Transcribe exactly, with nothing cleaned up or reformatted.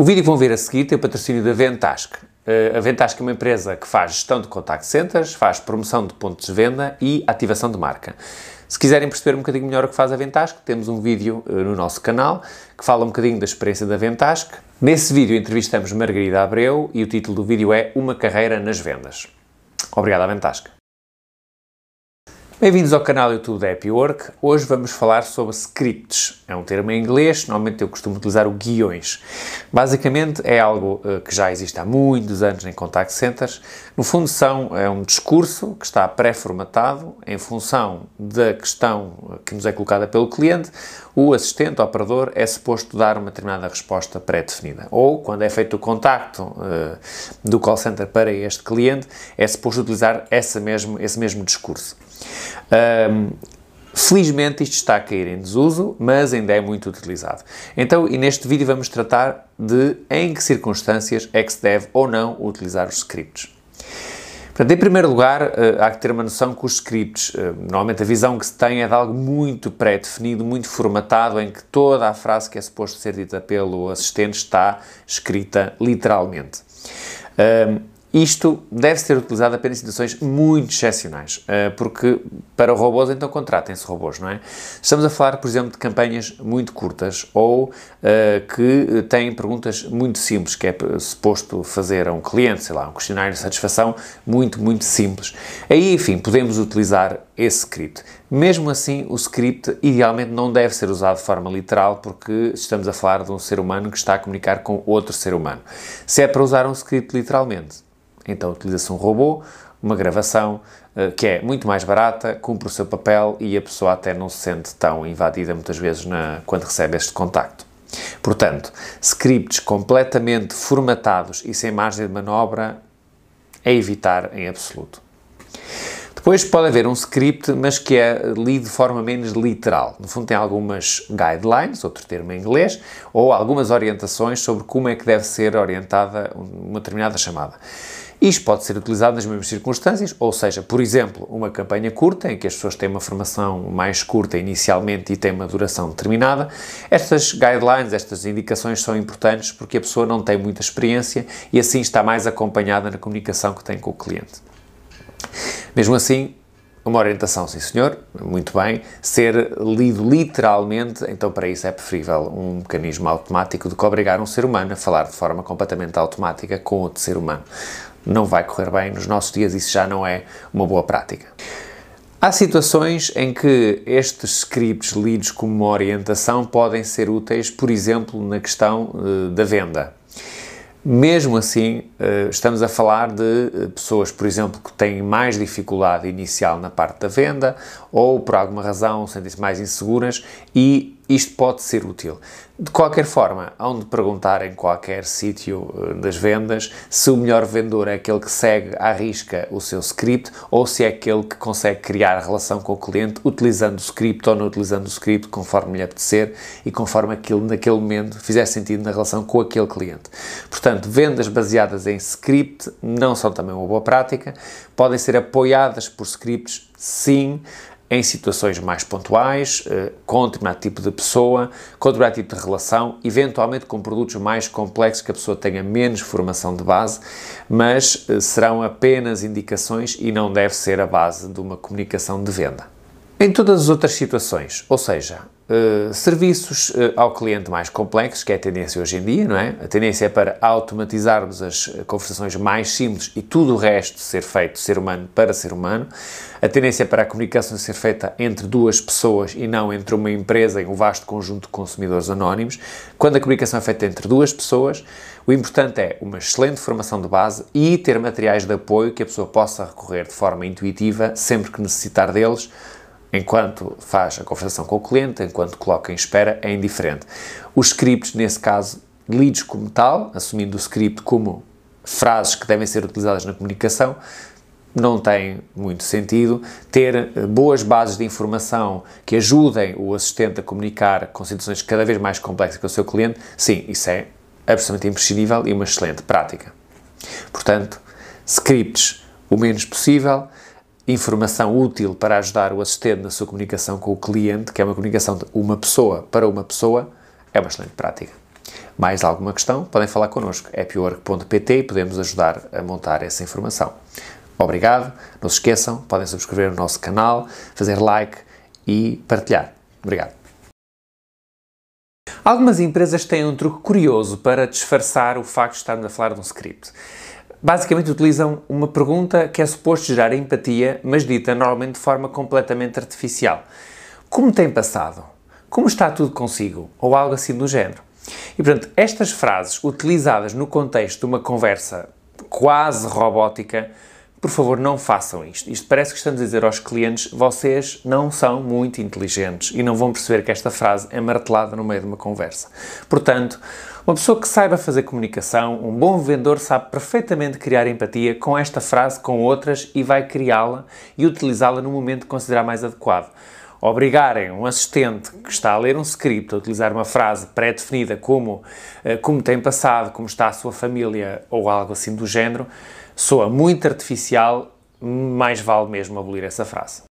O vídeo que vão ver a seguir tem o patrocínio da Ventask. A Ventask é uma empresa que faz gestão de contact centers, faz promoção de pontos de venda e ativação de marca. Se quiserem perceber um bocadinho melhor o que faz a Ventask, temos um vídeo no nosso canal que fala um bocadinho da experiência da Ventask. Nesse vídeo entrevistamos Margarida Abreu e o título do vídeo é Uma Carreira nas Vendas. Obrigado à Ventask. Bem-vindos ao canal YouTube da Happy Work. Hoje vamos falar sobre scripts. É um termo em inglês, normalmente eu costumo utilizar o guiões. Basicamente é algo uh, que já existe há muitos anos em contact centers. No fundo são, é um discurso que está pré-formatado em função da questão que nos é colocada pelo cliente. O assistente, o operador, é suposto dar uma determinada resposta pré-definida. Ou, quando é feito o contacto uh, do call center para este cliente, é suposto utilizar essa mesmo, esse mesmo discurso. Um, felizmente isto está a cair em desuso, mas ainda é muito utilizado. Então, e neste vídeo vamos tratar de em que circunstâncias é que se deve ou não utilizar os scripts. Portanto, em primeiro lugar, uh, há que ter uma noção que os scripts, uh, normalmente a visão que se tem é de algo muito pré-definido, muito formatado, em que toda a frase que é suposto ser dita pelo assistente está escrita literalmente. Um, Isto deve ser utilizado apenas em situações muito excepcionais, porque para robôs, então contratem-se robôs, não é? Estamos a falar, por exemplo, de campanhas muito curtas ou uh, que têm perguntas muito simples, que é suposto fazer a um cliente, sei lá, um questionário de satisfação muito, muito simples. Aí, enfim, podemos utilizar esse script. Mesmo assim, o script idealmente não deve ser usado de forma literal, porque estamos a falar de um ser humano que está a comunicar com outro ser humano. Se é para usar um script literalmente, então utiliza-se um robô, uma gravação uh, que é muito mais barata, cumpre o seu papel e a pessoa até não se sente tão invadida muitas vezes na, quando recebe este contacto. Portanto, scripts completamente formatados e sem margem de manobra é evitar em absoluto. Depois pode haver um script, mas que é lido de forma menos literal. No fundo tem algumas guidelines, outro termo em inglês, ou algumas orientações sobre como é que deve ser orientada uma determinada chamada. Isto pode ser utilizado nas mesmas circunstâncias, ou seja, por exemplo, uma campanha curta, em que as pessoas têm uma formação mais curta inicialmente e têm uma duração determinada. Estas guidelines, estas indicações são importantes porque a pessoa não tem muita experiência e assim está mais acompanhada na comunicação que tem com o cliente. Mesmo assim, uma orientação, sim senhor, muito bem, ser lido literalmente, então para isso é preferível um mecanismo automático do que obrigar um ser humano a falar de forma completamente automática com outro ser humano. Não vai correr bem, nos nossos dias isso já não é uma boa prática. Há situações em que estes scripts lidos como uma orientação podem ser úteis, por exemplo, na questão uh, da venda. Mesmo assim, estamos a falar de pessoas, por exemplo, que têm mais dificuldade inicial na parte da venda ou, por alguma razão, sentem-se mais inseguras e isto pode ser útil. De qualquer forma, hão de perguntar em qualquer sítio das vendas se o melhor vendedor é aquele que segue à risca o seu script ou se é aquele que consegue criar a relação com o cliente utilizando o script ou não utilizando o script conforme lhe apetecer e conforme aquilo naquele momento fizer sentido na relação com aquele cliente. Portanto, vendas baseadas em script não são também uma boa prática, podem ser apoiadas por scripts, sim, em situações mais pontuais, com determinado tipo de pessoa, com determinado tipo de relação, eventualmente com produtos mais complexos que a pessoa tenha menos formação de base, mas serão apenas indicações e não deve ser a base de uma comunicação de venda. Em todas as outras situações, ou seja, uh, serviços uh, ao cliente mais complexos, que é a tendência hoje em dia, não é? A tendência é para automatizarmos as conversações mais simples e tudo o resto ser feito ser humano para ser humano. A tendência é para a comunicação ser feita entre duas pessoas e não entre uma empresa e um vasto conjunto de consumidores anónimos. Quando a comunicação é feita entre duas pessoas, o importante é uma excelente formação de base e ter materiais de apoio que a pessoa possa recorrer de forma intuitiva sempre que necessitar deles, enquanto faz a conversação com o cliente, enquanto coloca em espera, é indiferente. Os scripts, nesse caso, lidos como tal, assumindo o script como frases que devem ser utilizadas na comunicação, não tem muito sentido. Ter boas bases de informação que ajudem o assistente a comunicar com situações cada vez mais complexas com o seu cliente, sim, isso é absolutamente imprescindível e uma excelente prática. Portanto, scripts o menos possível, informação útil para ajudar o assistente na sua comunicação com o cliente, que é uma comunicação de uma pessoa para uma pessoa, é uma excelente prática. Mais alguma questão? Podem falar connosco, happy work ponto p t, e podemos ajudar a montar essa informação. Obrigado, não se esqueçam, podem subscrever o nosso canal, fazer like e partilhar. Obrigado. Algumas empresas têm um truque curioso para disfarçar o facto de estarmos a falar de um script. Basicamente utilizam uma pergunta que é suposto gerar empatia, mas dita normalmente de forma completamente artificial. Como tem passado? Como está tudo consigo? Ou algo assim do género. E, portanto, estas frases utilizadas no contexto de uma conversa quase robótica, por favor, não façam isto. Isto parece que estamos a dizer aos clientes, vocês não são muito inteligentes e não vão perceber que esta frase é martelada no meio de uma conversa. Portanto, uma pessoa que saiba fazer comunicação, um bom vendedor sabe perfeitamente criar empatia com esta frase, com outras, e vai criá-la e utilizá-la no momento que considerar mais adequado. Obrigarem um assistente que está a ler um script a utilizar uma frase pré-definida como uh, como tem passado, como está a sua família ou algo assim do género, soa muito artificial, mais vale mesmo abolir essa frase.